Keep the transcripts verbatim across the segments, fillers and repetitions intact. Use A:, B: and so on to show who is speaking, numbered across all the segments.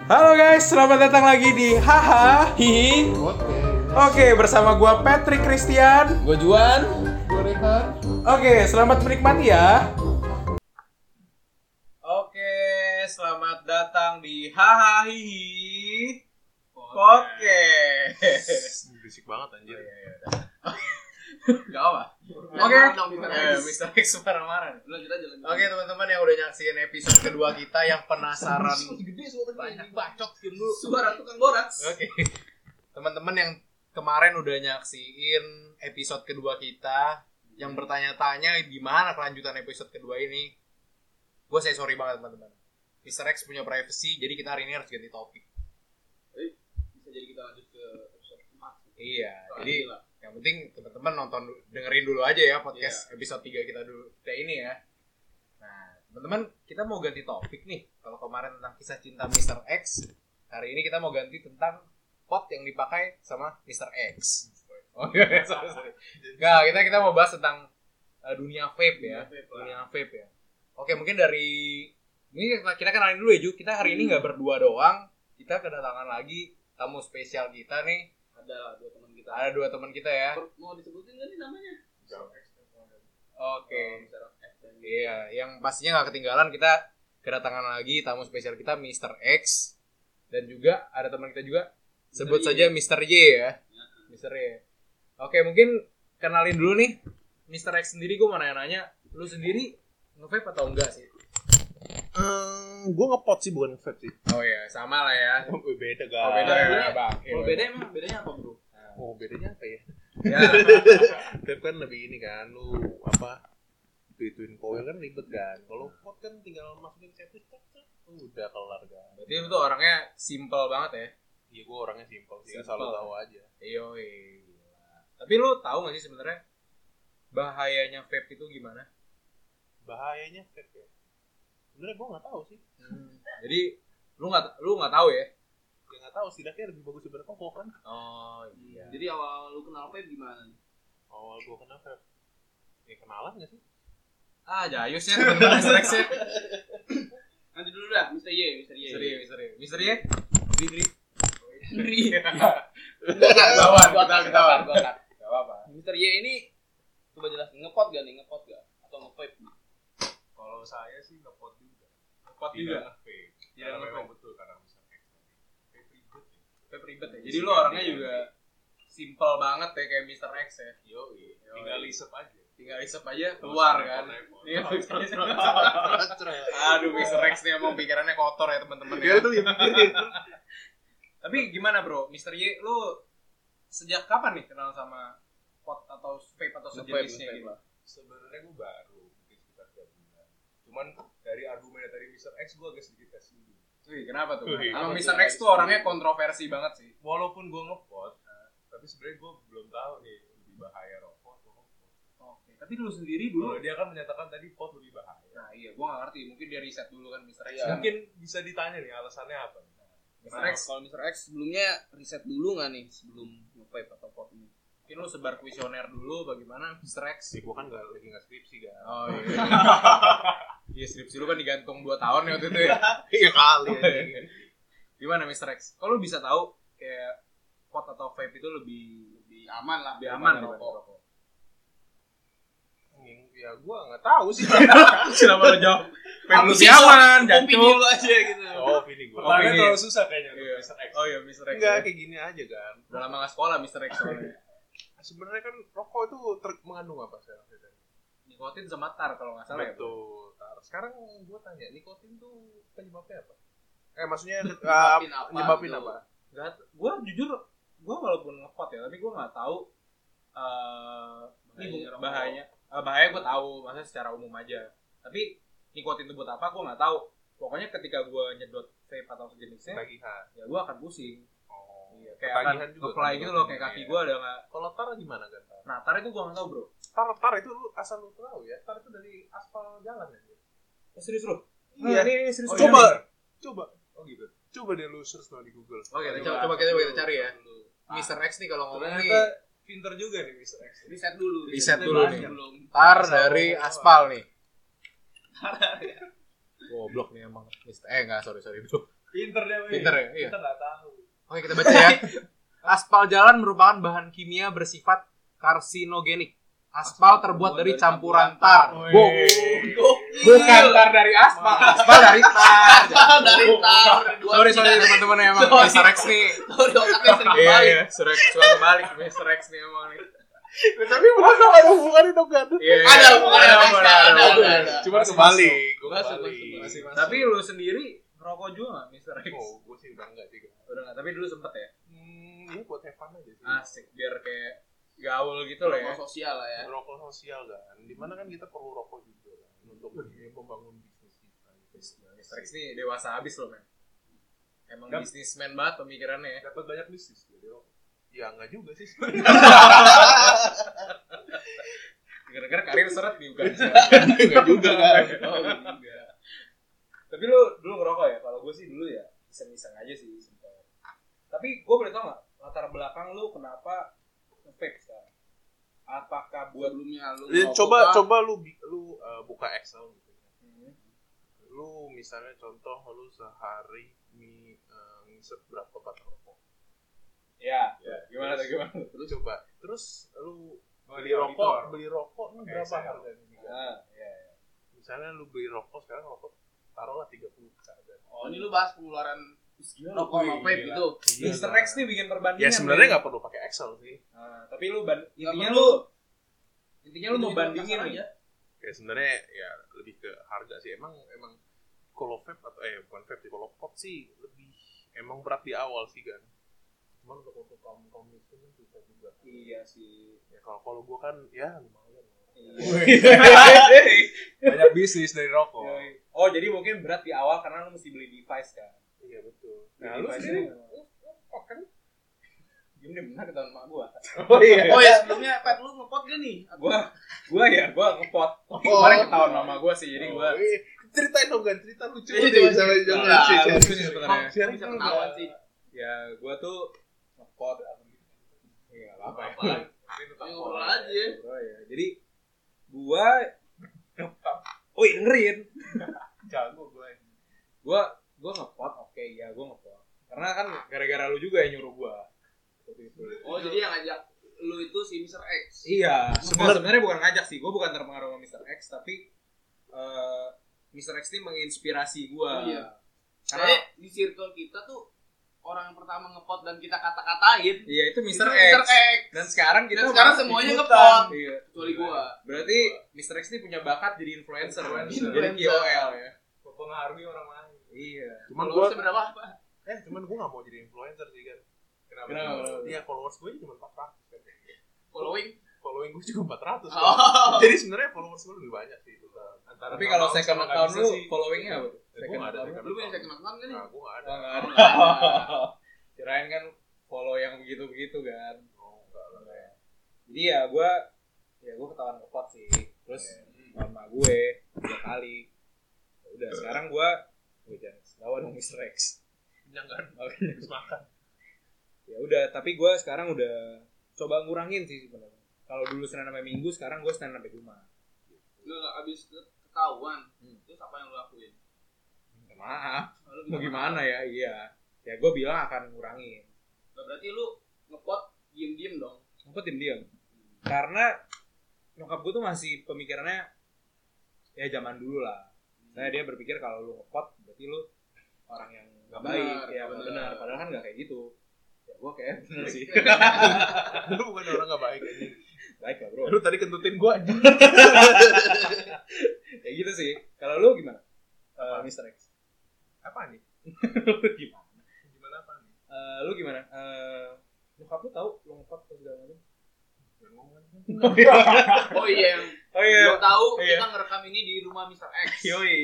A: Halo guys, selamat datang lagi di Haha Hihi. Oke, bersama gua Patrick Christian,
B: Gue Juan,
C: gue Rehan.
A: Oke, selamat menikmati ya.
B: Oke, selamat datang di Haha Hihi Oke.
C: Berisik banget anjir.
B: Gak apa. Oke, eh, mister X marah-marah. Oke teman-teman yang udah nyaksiin episode kedua kita yang penasaran banyak bacot dulu.
D: Suara tukang boraks.
B: Oke. Teman-teman yang kemarin udah nyaksiin episode kedua kita yang bertanya-tanya gimana kelanjutan episode kedua ini. Gue say sorry banget teman-teman. mister X punya privacy, jadi kita hari ini harus ganti topik.
D: Eh, bisa jadi kita lanjut ke episode empat.
B: Iya,
D: Soalnya
B: jadi
D: gila.
B: yang penting teman-teman nonton dengerin dulu aja ya podcast
D: Iya.
B: episode tiga kita dulu kita ini ya. Nah, teman-teman, kita mau ganti topik nih. Kalau kemarin tentang kisah cinta mister X, hari ini kita mau ganti tentang pot yang dipakai sama mister X. Oh iya, sorry, sorry. Nggak, kita kita mau bahas tentang uh, dunia vape ya.
D: Dunia vape lah.
B: Dunia vape ya. Oke, mungkin dari ini kita kenalin dulu ya, Ju. Kita hari ini nggak berdua doang. Kita kedatangan lagi tamu spesial kita nih.
D: Ada lah dua teman kita.
B: Ada dua teman kita ya.
D: Mau disebutin nggak nih namanya?
B: Oke.
D: Oh, misalnya F dan G.
B: Iya, yang pastinya nggak ketinggalan kita kedatangan lagi tamu spesial kita mister X dan juga ada teman kita juga sebut
D: mister Y.
B: saja mister Y ya. mister Y. Oke, mungkin kenalin dulu nih mister X sendiri. Gue mau nanya-nanya, lu sendiri nge-vape atau enggak sih?
C: Um, gue ngepot sih bukan nge-vape sih.
B: Oh iya, sama lah ya.
C: Oh, beda guys.
B: Oh, beda ya, Bang.
D: Kalau beda emang bedanya apa, Bro?
C: Oh, bedanya apa ya?
B: Ya.
C: Vape kan lebih ini kan, lu apa? Itu-ituin coil kan ribet kan. Kalau pot kan tinggal masukin setis, udah kelar kan.
B: Berarti lu tuh orangnya simple banget ya.
C: Iya, gue orangnya simple sih,
B: Simple.
C: asal lu tahu aja.
B: Iyo, gila. Tapi lu tahu nggak sih sebenarnya bahayanya vape itu gimana?
C: Bahayanya vape ya. Sebenarnya gue nggak tahu sih.
B: Hmm. Jadi lu nggak lu nggak tahu ya?
C: Ya nggak tahu, setidaknya lebih bagus daripada rokok kan.
B: Oh iya.
D: Jadi awal lu kenal vape gimana nih?
C: Awal gue kenal vape, ya kenalan nggak sih?
B: Ah jayus ya teman mister X ya.
D: Nanti dulu dah, mister Y, mister Y.
B: Mister Y, Mister Y, Mister Y. Diri.
D: Diri.
B: Ketahuan, ketahuan, ketahuan. Gak apa-apa.
D: mister Y ini coba jelasin, ngepot gak nih, ngepot gak? Atau nge-vape?
C: Kalau saya sih ngepot juga.
B: Ngepot juga.
C: Vape.
B: Tidak
C: Karena
B: nge-vape.
C: memang betul karena mister X tadi. Vape ribet ya.
B: Vape ribet ya. Jadi lu orangnya juga simple banget ya kayak mister X ya.
C: Yo, tinggal isep aja.
B: Tinggal isep aja keluar kan. Iya, tinggal isep. Aduh, mister X nih emang pikirannya kotor ya teman-teman ya.
C: tuh ya pikirin.
B: Tapi gimana bro, mister Y, lu sejak kapan nih kenal sama pot atau vape atau sejenisnya gitu?
C: Sebenarnya gue baru mungkin sekitar tiga bulan. Cuman dari argumen dari mister X gue agak sedikit tes dulu.
B: Wih, kenapa tuh?
C: Wih,
B: Emang
D: apa
B: mister
D: tuh?
B: X tuh orangnya kontroversi banget sih.
C: Walaupun gue ngepot, tapi sebenarnya gue belum tahu nih lebih bahaya rokok atau ngepot.
B: Oke, tapi lu sendiri dulu.
C: Kalau dia kan menyatakan tadi pot lebih bahaya.
B: Nah iya, gua nggak ngerti. Mungkin dia riset dulu kan mister X.
D: Iya.
B: Kan
C: Mungkin bisa ditanya nih alasannya apa nih?
B: mister
D: Nah,
B: X,
D: kalau mister X sebelumnya riset dulu nggak nih sebelum nge-vape atau pot ini?
B: mungkin lu sebar kuesioner dulu bagaimana mister X?
C: Sih gue kan gak, lagi nggak skripsi kan.
B: Oh iya. Iya, skripsi lu kan digantung dua tahun ya waktu itu ya.
C: Iya kali.
B: Gimana mister X? Kalau lu bisa tahu kayak pot atau vape itu lebih
D: Lebih aman lah.
B: lebih aman
D: daripada
B: dibanding
D: rokok.
B: rokok.
C: Ya gue nggak tahu sih.
B: Kenapa lu jawab? Vape
D: Apa
B: lebih
D: sih,
B: aman,
D: Opini
B: jancuk.
D: lu aja gitu.
C: Oh, ini gue.
B: Pertanyaannya terlalu
C: susah kayaknya
B: Iya.
C: mister X.
B: Oh iya, mister X.
C: Enggak
B: ya.
C: kayak gini aja kan.
B: Udah lama nggak sekolah mister X soalnya.
C: Sebenarnya kan rokok itu ter- mengandung apa sih?
B: Nikotin sama tar kalau nggak salah ya.
C: Betul. Tar. Sekarang gue tanya, nikotin tuh penyebabnya apa? Eh maksudnya uh,
D: Nyebabin apa
C: nyebabin
D: tuh?
C: apa?
B: Nggak, gue jujur, gue walaupun ngepot ya, tapi gue nggak tahu uh, ini
D: Bahayanya
B: bu-
D: rokok.
B: bahayanya. Uh, bahaya gue tahu, maksudnya secara umum aja. Tapi nikotin itu buat apa, gue nggak tahu. Pokoknya ketika gue nyedot vape atau sejenisnya,
C: Tagihan.
B: ya gue akan pusing.
C: Oh.
B: Iya, kayak
C: Tagihan
B: akan
C: juga
B: nge-fly
C: kan
B: gitu loh, kayak
C: nikotin,
B: kaki
C: iya.
B: gue ada nggak.
C: Kalau tar gimana kan? Tar?
B: Nah, tar itu gue nggak tahu bro.
C: Tar, tar itu lu asal lu tahu ya. Tar itu dari aspal jalan ya.
B: Oh, serius loh?
C: Iya.
B: Nah, ini, ini serius.
C: Oh,
B: Coba.
C: iya. Coba. Oh gitu. Coba deh lu search di Google.
B: Oke,
D: Coba,
B: coba, coba kita
D: dulu,
B: kita cari ya.
D: dulu.
B: mister X nih kalau ngomong nih.
C: Ternyata pinter juga nih mister X.
D: Riset dulu.
B: Riset dulu nih.
D: Belum.
B: Tar dari aspal nih. Goblok nih emang. mister Eh enggak, sorry sorry bro.
A: Pinter deh, weh.
B: Pinter ya? Iya.
A: Kita nggak tahu.
B: Oke, kita baca ya. Aspal jalan merupakan bahan kimia bersifat karsinogenik. Aspal terbuat dari campuran tar.
A: Weh. Bukan tar dari aspal.
B: Aspal dari tar.
D: Dari tar.
B: Sorry, sorry teman-teman emang
D: Sorry.
B: mister X nih.
D: Sorry, otaknya sering
B: Iya,
D: kembali.
B: iya, suara suara kebalik mister X nih emang nih.
C: Tapi bukan ada hubungannya dong kan?
B: Iya, iya.
D: Ada hubungannya,
B: Ada,
D: Mas.
B: ada,
D: Ada,
B: ada.
D: ada, ada.
C: Cuma
B: Masih
C: kembali,
B: masuk.
C: gue
D: Masuk,
C: kembali.
D: masuk, masih masuk.
B: Tapi lu sendiri ngerokok juga nggak mister X?
C: Oh, gue sih udah enggak sih.
B: Udah nggak, tapi dulu sempet ya.
C: Hmm, ini buat have fun aja sih.
B: Asik, biar kayak gaul gitu lah ya.
D: Rokok sosial lah ya.
C: Rokok sosial kan, dimana kan kita perlu rokok juga kan untuk membangun bisnis kita.
B: mister X nih dewasa abis loh men. Emang
C: Gap.
B: bisnismen banget pemikirannya ya.
C: Dapat banyak bisnis dari rokok. Ya enggak juga sih.
B: Gara-gara karir seret di Uganda.
C: Enggak juga kan.
B: Oh, juga. Tapi lu dulu ngerokok ya? Kalau gue sih dulu ya iseng-iseng aja sih sempet. Tapi gue boleh tau nggak latar belakang lu kenapa nge-vape sekarang? Apakah buat
D: Sebelumnya lu
C: Ya,
D: ngerokok
C: coba
D: kah?
C: coba lu bi- lu uh, buka Excel gitu.
B: hmm,
C: Lu misalnya contoh lu sehari mi uh, ngisep berapa batang rokok?
B: ya,
C: Ya,
B: gimana tuh
C: terus-
B: gimana?
C: Terus coba, terus lu beli
A: di
C: rokok,
A: auditor.
C: beli rokok lu
A: Pakai
C: berapa
A: Excel.
C: harganya juga?
B: Ah, ya, ya.
C: Misalnya lu beli rokok sekarang rokok taruhlah tiga puluh harga.
D: Oh, ini lu bahas pengeluaran rokok
B: Wih,
D: sama vape
B: gila.
D: gitu.
B: mister X nih bikin perbandingan.
C: Ya sebenarnya
B: men.
C: nggak perlu pakai Excel sih.
B: Ah, tapi lu ban- intinya
D: perlu.
B: lu intinya lu mau
D: Itu
B: bandingin
D: kasar
B: nih.
D: aja.
C: Ya sebenarnya ya lebih ke harga sih. Emang emang kalau vape atau eh bukan vape sih, kalau pot sih lebih emang berat di awal sih kan. Cuman untuk untuk kaum kaum miskin kan bisa juga.
B: Iya sih.
C: Ya kalau kalau gua kan ya lumayan.
A: Banyak bisnis dari rokok.
B: Oh, jadi mungkin berat di awal karena lu mesti beli device kan.
C: Iya betul.
B: Nah,
C: Nah,
B: lu
C: lu
B: sendiri
C: sendiri
B: oh kan diem deh benar ketahuan mak gua.
A: Oh iya.
D: Oh ya, sebelumnya vape lu ngepot gak nih?
B: Gua gua ya gua ngepot. Kemarin ketahuan mama gua sih, jadi gua
C: Oh, iya. Ceritain dong kan, cerita lucu
D: Iya,
C: deh
D: coba
C: sama
D: cerita.
C: jangan
B: Nah,
C: share.
B: lucu sih sebenarnya.
C: Share
D: Bisa
C: dulu,
D: ketahuan
C: Kak.
D: sih.
B: Ya, gua tuh ngepot. Iya, apa ya.
D: Apa? Ayo ngobrol aja ya.
B: Oh, ya. Jadi gua Woi, dengerin.
A: Jago gue.
B: Gua gua ngepot, oke ya, gua ngepot. Karena kan gara-gara lu juga yang nyuruh gua. Seperti itu.
D: Oh, jadi yang ngajak lu itu si mister X.
B: Iya,
C: Sebenar-
B: sebenarnya sebenarnya bukan ngajak sih, gue bukan terpengaruh sama mister X, tapi eh, mister X ini menginspirasi gue.
D: Oh, iya.
B: Karena
D: Karena di circle kita tuh orang yang pertama ngepot dan kita kata-katain
B: iya itu mister
D: itu
B: X.
D: mister X.
B: Dan sekarang kita
D: Dan sekarang
B: malah
D: semuanya
B: ikutan.
D: ngepot.
B: Iya.
D: Kecuali gua.
B: Berarti mister X ini punya bakat jadi influencer, kan?
A: Influencer.
B: Jadi K O L ya.
A: Mempengaruhi orang lain.
B: Iya.
C: Cuman gua
D: Followersnya berapa? Pak?
C: eh cuman gua enggak mau jadi influencer sih kan.
A: Kenapa?
B: Kenapa?
C: Iya, followers gue cuma empat ratus kan.
D: Following?
C: Following gue cuma empat ratus.
D: Oh.
C: Kan? Jadi sebenarnya followers gue lebih banyak sih itu.
A: Antara
B: Tapi kalau
A: mau
B: second
A: sama nggak
B: account
A: bisa
B: lu
A: sih.
B: followingnya apa tuh?
C: Eh, gua
B: Second
C: nggak ada
B: account.
C: second
D: Lu punya second account kan nih?
C: Nah, gue enggak ada.
B: Oh, nggak ada.
D: Oh, nggak ada.
B: Kirain kan follow yang begitu-begitu kan.
C: Oh, enggak lah.
B: Jadi ya gue ya gue ketahuan ngepot sih. Terus sama gue dua kali. Ya udah sekarang gue gue jangan ketahuan dong mister X.
C: Jangan
B: Oke.
C: habis makan.
B: Ya udah, tapi gue sekarang udah coba ngurangin sih sebenarnya. Kalau dulu Senin sampai Minggu, sekarang gue Senin sampai Jumat.
D: Lu nggak habis ketahuan.
B: Hmm.
D: Terus apa yang lu lakuin?
B: Minta maaf,
D: Oh, lu
B: mau
D: minta
B: gimana
D: maaf.
B: ya? Iya. Ya gue bilang akan ngurangin.
D: Nah, berarti lu ngepot diem-diem dong.
B: Apa diam-diam? Karena nyokap gue tuh masih pemikirannya ya zaman dulu lah. Saya dia berpikir kalau lu ngepot berarti lu orang yang nggak
D: Benar,
B: baik, ya
D: benar.
B: benar. Padahal kan nggak kayak gitu. Ya gue kayak bener sih.
C: Lu bukan orang enggak baik aja.
B: Baik lah bro.
C: Lu tadi kentutin gue aja.
B: Kayak gitu sih. Kalau lu gimana? Uh, mister X.
C: Apa nih?
B: Gimana?
C: Gimana apa nih?
B: Eh, lu gimana? Eh, nyokap lu tahu lu ngepot atau segala macam?
C: Jangan ngomong aja.
D: Oh iya, yang
B: Oh iya.
D: belum tahu
B: Iya.
D: kita ngerekam ini di rumah mister X.
B: Yoi.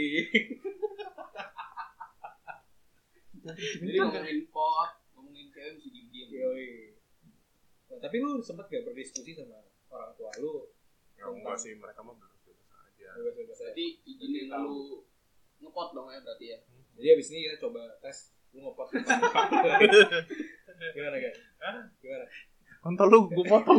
D: Jadi ngomongin pot, ngomongin cewek mesti diem-diem.
B: Yoi. Nah, tapi lu sempet gak berdiskusi sama orang tua lu?
C: Ya enggak sih, mereka mah biasa aja.
B: Bebas-bebas aja.
D: Berarti izinin lu ngepot dong ya berarti ya.
B: Jadi abis ini kita coba tes lu ngepot. Gimana guys? Gimana?
C: Kontol lu gue potong.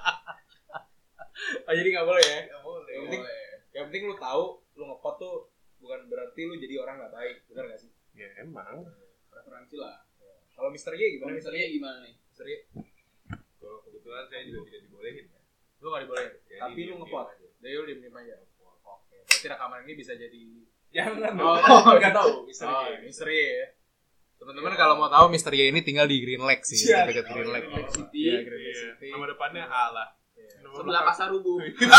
B: Oh jadi nggak boleh ya?
C: Enggak boleh.
B: Yang penting,
D: Boleh.
B: yang penting lu tahu lu ngepot tuh bukan berarti lu jadi orang nggak baik, benar nggak sih?
C: Ya emang.
D: Preferensi lah.
B: Kalau Mister Y gimana?
D: Mister Y gimana nih?
B: Mister Y,
C: Kalau kebetulan saya juga tidak dibolehin ya.
B: lu nggak dibolehin,
C: Jadi
B: tapi lu
C: diem-diem
B: ngepot.
C: aja.
B: Jadi lu diem diem aja. Oke, berarti rekaman ini bisa jadi.
C: Jangan
B: Oh,
C: dong. Nggak tahu. Mister
B: Oh,
C: Y.
B: Mister Y ya. Teman-teman kalau mau tahu Mister Y ini tinggal di Green Lake sih,
C: Iya.
B: dekat Green Lake.
D: Green Lake City.
B: Iya, Green Lake
C: Iya.
B: City.
C: Nama depannya A lah. Nama
D: Sebelah
C: belakang-
D: Pasar Rubu.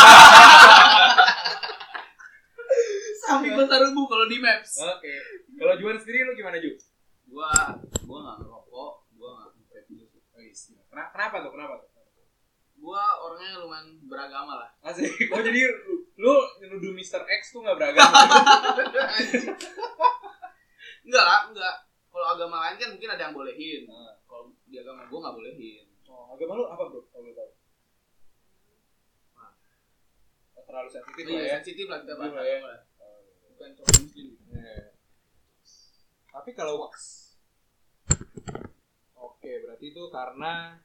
D: Samping Pasar Rubu kalau di Maps.
B: Oke. Kalau Juan sendiri lu gimana, Ju?
D: Gua gua enggak ngerokok, gua enggak nge-vape juga sih.
B: Oh, iya. Kenapa, kenapa tuh? Kenapa tuh?
D: Gua orangnya lumayan beragama lah.
B: Asik. Oh, jadi lu nuduh Mister X tuh nggak beragama.
D: Enggak lah, enggak. Kalau agama lain kan mungkin ada yang bolehin.
B: Nah.
D: Kalau di agama gua enggak bolehin.
B: Oh, agama lu apa, Bro? Kalau lu tahu. Oh, terlalu sensitif lah
D: Iya,
B: ya.
D: sensitif lah kita bahas
B: Iya, ya.
D: agama lah. Bukan cowok muslim.
B: Iya. Tapi kalau Oke, berarti itu karena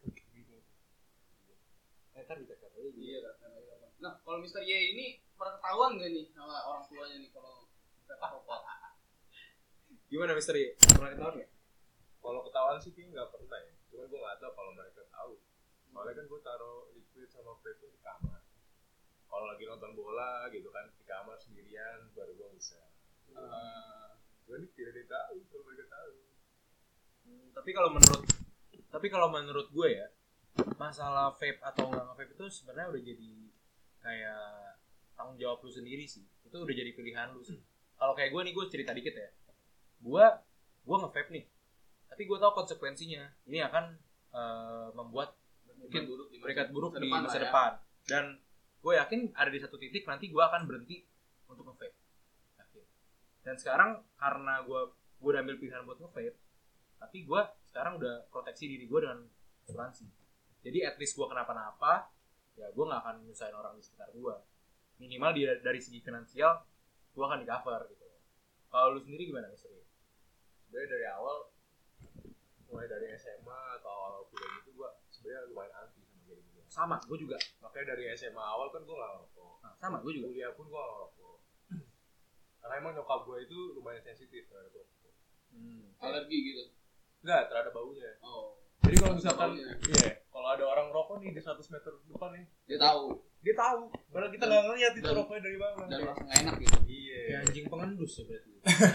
B: Eh, ntar dicek aja.
D: Iya, kan. Nah, kalau Mister Y ini pernah ketahuan nggak nih sama orang tuanya nih kalau vape rokok?
B: Gimana Mister Y? Pernah ketahuan nggak?
C: Kalau ketahuan sih kayaknya nggak pernah ya. Cuman gue nggak tahu kalau mereka tahu. Soalnya kan gue taruh liquid sama vape di kamar. Kalau lagi nonton bola gitu kan di kamar sendirian baru gue bisa.
D: Uh,
C: Cuman ini tidak ditahu kalau mereka tahu.
B: Hmm, tapi kalau menurut tapi kalau menurut gue ya, masalah vape atau nggak nge-vape itu sebenarnya udah jadi kayak tanggung jawab lu sendiri sih. Itu udah jadi pilihan lu sih. Kalau kayak gue nih, gue cerita dikit ya. Gue gue nge-vape nih, tapi gue tahu konsekuensinya. Ini akan uh, membuat mungkin
D: buruk di
B: berikat buruk
D: masa
B: di
D: depan
B: masa
D: lah ya.
B: depan. Dan gue yakin ada di satu titik nanti gue akan berhenti untuk nge-vape. Yakin. Dan sekarang karena gue gue udah ambil pilihan buat nge-vape, tapi gue sekarang udah proteksi diri gue dengan asuransi. Jadi at least gue kenapa-napa, ya gue nggak akan nyusahin orang di sekitar gue. Minimal di, dari segi finansial, gue akan di cover gitu. Kalau lu sendiri gimana Mister Y?
C: Sebenarnya dari awal, mulai dari S M A atau awal kuliah gitu gue sebenarnya lumayan anti sama gini-gini.
B: Sama, gue juga.
C: Makanya dari S M A awal kan gue nggak ngerokok.
B: Nah, sama, gue juga.
C: Kuliah pun gue nggak ngerokok. Karena emang nyokap gue itu lumayan sensitif terhadap rokok.
B: Hmm.
D: Alergi gitu.
C: Enggak, terhadap baunya.
D: Oh.
C: Jadi kalau misalkan,
D: Baunya.
C: iya, kalau ada orang rokok nih di seratus meter depan nih,
D: Dia tahu
C: dia tahu. Padahal kita nggak ngeliat itu
D: Dan-
C: rokoknya dari mana.
D: dan merasa nggak enak gitu.
C: Iya.
B: Ya anjing pengendus ya berarti.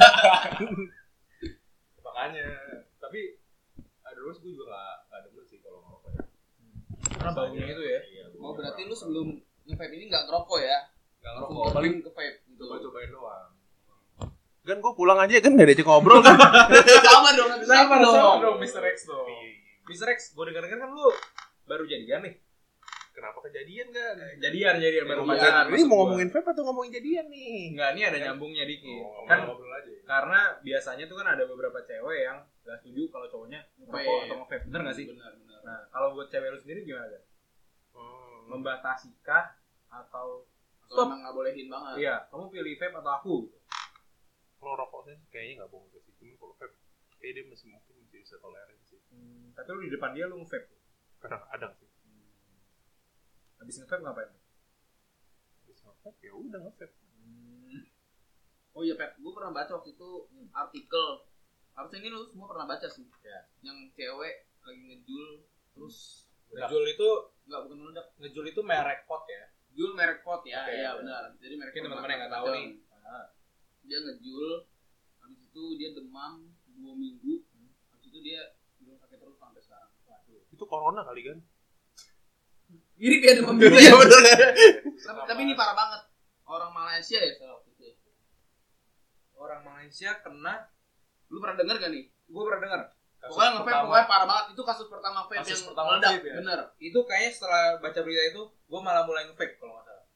C: Makanya, tapi ada terus gue juga nggak nggak demen sih kalau ngerokok. Ya.
B: Karena baunya itu ya.
C: Iya, baunya
D: Oh, berarti
C: kurang.
D: lu sebelum nge-vape ini nggak ngerokok ya?
C: nggak
D: Langsung
C: ngerokok, paling
D: ke vape gitu.
C: coba-cobain doang. Kan gue pulang aja kan nggak diajak ngobrol kan.
D: Sama dong, sama dong.
B: dong Mister X dong. Mister X, gue denger-denger kan lu baru jadian nih.
C: Kenapa kejadian kan?
B: Jadian, jadian baru
C: Iya,
B: pacaran.
C: ini
B: maksud
C: mau
B: gua.
C: ngomongin vape atau ngomongin jadian nih?
B: Enggak, ini ada nyambungnya dikit.
C: Oh,
B: Kan
C: ngobrol aja.
B: karena biasanya tuh kan ada beberapa cewek yang gak setuju kalau cowoknya ngerokok
D: Vape.
B: atau nge-vape, bener gak sih?
D: Benar, benar.
B: Nah, kalau buat cewek lu sendiri gimana kan?
C: Hmm.
B: Membatasikah atau
D: Kalau emang nggak bolehin banget.
B: iya, kamu pilih vape atau aku?
C: Kalau rokok sih kayaknya nggak bohong sih. Cuma kalau vape, eh dia masih mungkin masih bisa toleran sih.
B: Hmm, tapi lu di depan dia lu nge-vape.
C: Kadang-kadang sih.
B: Habis nge-vape ngapain?
C: Bisa vape ya udah nge-vape.
B: Hmm.
D: Oh iya, Pep, gue pernah baca waktu itu artikel. Harusnya ini lu semua pernah baca sih.
B: Ya.
D: Yang cewek lagi ngejul terus
B: Ngejul itu
D: nggak bukan meledak.
B: ngejul itu merek pot ya.
D: Jul merek pot ya,
B: Oke,
D: iya
B: oke.
D: benar. Jadi merek
B: Mungkin
D: pot
B: teman-teman yang nggak tahu
D: macam-macam.
B: nih. Ah.
D: Dia ngejul, habis itu dia demam dua minggu, habis itu dia belum sakit terus sampai sekarang. Waduh.
C: Itu corona kali kan?
D: Mirip ya demam juga ya. tapi, tapi ini parah banget. Orang Malaysia ya salah waktu itu.
B: Orang Malaysia kena,
D: Lu pernah denger gak nih?
B: gue pernah dengar.
D: Pokoknya nge-vape pokoknya parah banget. Itu kasus pertama vape
B: Kasus
D: yang
B: pertama
D: meledak.
B: vape ya?
D: Bener.
B: Itu kayaknya setelah baca berita itu, gue malah mulai nge-vape kalau nggak salah.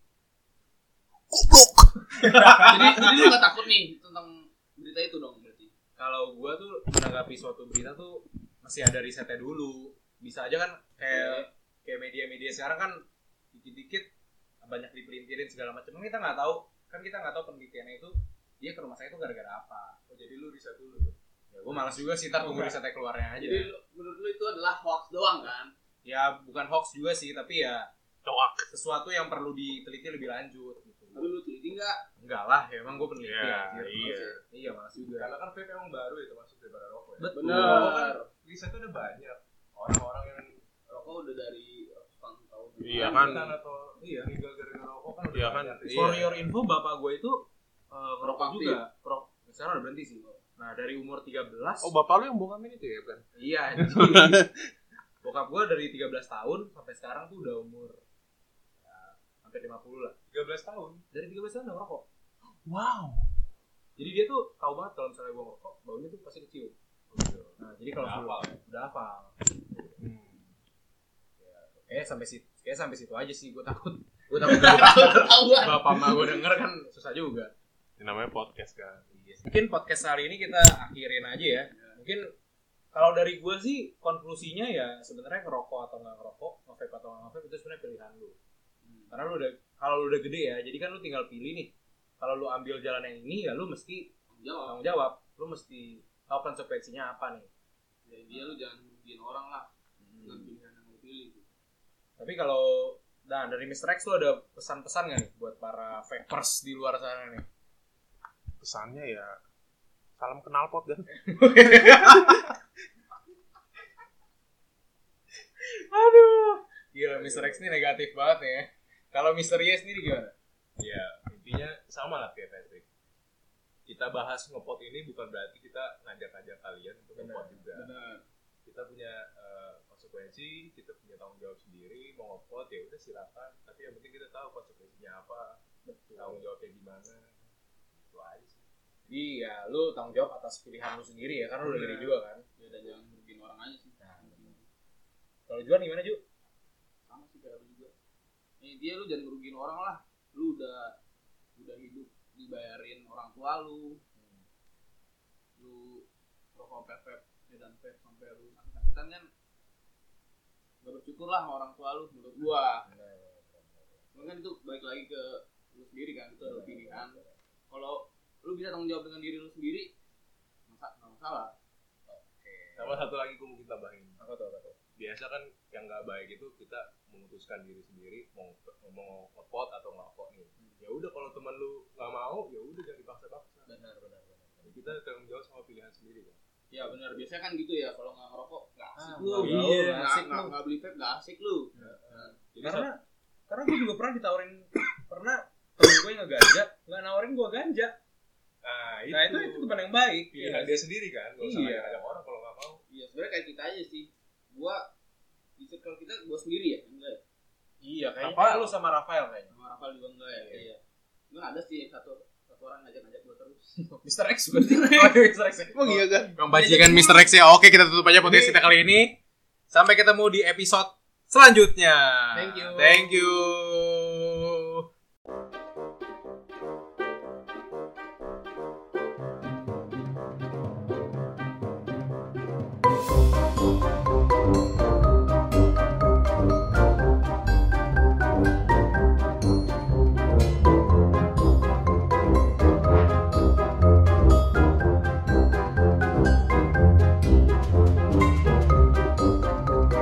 D: jadi jadi lu gak takut nih tentang berita itu dong berarti.
B: Kalau gue tuh menanggapi suatu berita tuh masih ada risetnya dulu. Bisa aja kan kayak kayak media-media sekarang kan dikit-dikit banyak dipelintirin segala macam. Kan kita nggak tahu, kan kita nggak tahu penelitiannya itu dia ke rumah sakit itu gara-gara apa.
C: Oh, jadi lu riset dulu tuh.
B: Ya gue malas juga sih, tar tunggu risetnya keluarnya aja.
D: Jadi lu- menurut lu itu adalah hoax doang kan?
B: Ya bukan hoax juga sih, tapi ya
C: Coak.
B: sesuatu yang perlu diteliti lebih lanjut gitu.
D: Tapi lu teliti enggak?
B: Enggak lah, ya emang gue peneliti
C: Ya,
B: anjir.
C: iya.
B: Iya, malas juga.
C: Karena kan vape emang baru ya termasuk daripada rokok ya.
B: Betul.
C: Rokok kan risetnya udah banyak. Orang-orang yang
D: Rokok udah dari ratusan tahun.
C: Iya kan.
B: atau iya.
C: meninggal gara-gara rokok kan udah Iya kan. banyak.
B: For
C: Iya.
B: your info, bapak gue itu uh, ngerokok
D: Aktif.
B: juga. Pro, sekarang udah berhenti sih. Nah, dari umur tiga belas.
C: Oh, bapak lu yang bohongin itu ya, kan?
B: Iya, anjing. Bokap gue dari tiga belas tahun sampai sekarang tuh udah umur ya, hampir lima puluh lah.
C: tiga belas tahun.
B: Dari tiga belas tahun udah ngerokok.
C: Wow.
B: Jadi dia tuh tahu banget kalau misalnya gue ngerokok, baunya tuh pasti kecium. Nah, jadi kalau
C: Udah
B: sebelum-
C: hafal.
B: udah hafal.
C: Hmm.
B: Kayak sampai situ, kayak sampai situ aja sih. Gue takut, gue takut bapak bapak mah gue denger kan susah juga.
C: Ini namanya podcast kan.
B: Mungkin podcast hari ini kita akhirin aja ya. Mungkin kalau dari gue sih konklusinya ya sebenarnya ngerokok atau nggak ngerokok, nge-vape atau nggak nge-vape itu sebenarnya pilihan lu. Karena lu udah kalau lu udah gede ya, jadi kan lu tinggal pilih nih. Kalau lu ambil jalan yang ini ya lu mesti
D: Jawab.
B: tanggung jawab. Lu mesti tahu konsekuensinya apa nih.
D: Ya dia lu jangan merugiin orang lah dengan pilihan yang lu pilih. Gitu.
B: Tapi kalau nah dari mister X lu ada pesan-pesan nggak nih buat para vapers di luar sana nih?
C: Pesannya ya salam knalpot kan.
B: Aduh, gila mister X ini negatif banget nih ya. Kalau mister Y sendiri gimana?
C: Ya, intinya sama lah kayak Patrick. Kita bahas ngepot ini bukan berarti kita ngajak-ngajak kalian untuk ngepot juga.
D: Benar.
C: Kita punya eh, konsekuensi, kita punya tanggung jawab sendiri. Mau ngepot ya udah silakan. Tapi yang penting kita tahu konsekuensinya apa, tanggung jawabnya gimana. Itu aja sih.
B: Jadi ya lu tanggung jawab atas pilihan lu sendiri ya, karena lu udah gede juga kan.
D: Ya udah jangan merugiin orang aja sih.
B: Nah, kalau Juan gimana Ju?
D: Sama sih kayak lu juga. Ini dia lu jangan ngerugiin orang lah. Lu udah udah hidup dibayarin orang tua lu. Lu rokok pepep dan pep sampai lu sakit-sakitan kan gak bersyukur lah sama orang tua lu menurut gua. Cuman kan itu balik lagi ke lu sendiri kan, itu adalah pilihan. Kalau lu bisa tanggung jawab dengan diri lu sendiri, masa nggak masalah.
C: Sama satu lagi gue mungkin tambahin.
B: Apa tuh apa tuh?
C: Biasa kan yang nggak baik itu kita memutuskan diri sendiri mau mau ngepot atau ngerokok nih. Ya udah kalau teman lu nggak mau, ya udah jangan dipaksa-paksa.
D: Benar benar benar.
C: Jadi kita tanggung jawab sama pilihan sendiri kan.
D: Ya benar, biasanya kan gitu ya, kalau nggak ngerokok nggak asik
B: Ah,
D: lu,
B: nggak
D: iya,
B: gaul,
D: nggak
B: asik
D: nggak
B: lu.
D: nggak beli vape nggak asik lu.
C: Jadi
B: Karena karena gue juga pernah ditawarin, pernah temen gue yang ngeganja, nggak nawarin gue ganja.
C: nah, itu,
B: Nah itu itu teman yang baik.
C: pilihan dia sendiri kan. Gak usah
B: Iya.
C: ngajak orang kalau nggak mau.
D: Iya sebenarnya kayak kita aja sih, gua di circle kita gua sendiri ya, enggak ya?
B: Iya kayaknya
C: Apa?
B: lu sama Rafael kayaknya.
D: Sama Rafael juga enggak ya?
C: Iya.
D: Iya. Cuman ada sih satu satu orang ngajak-ngajak gua terus.
B: mister X berarti. Oh, mister X.
C: Emang iya kan?
B: Yang bajingan mister X ya. Oke, kita tutup aja podcast kita kali ini. Sampai ketemu di episode selanjutnya.
D: Thank you.
B: Thank you.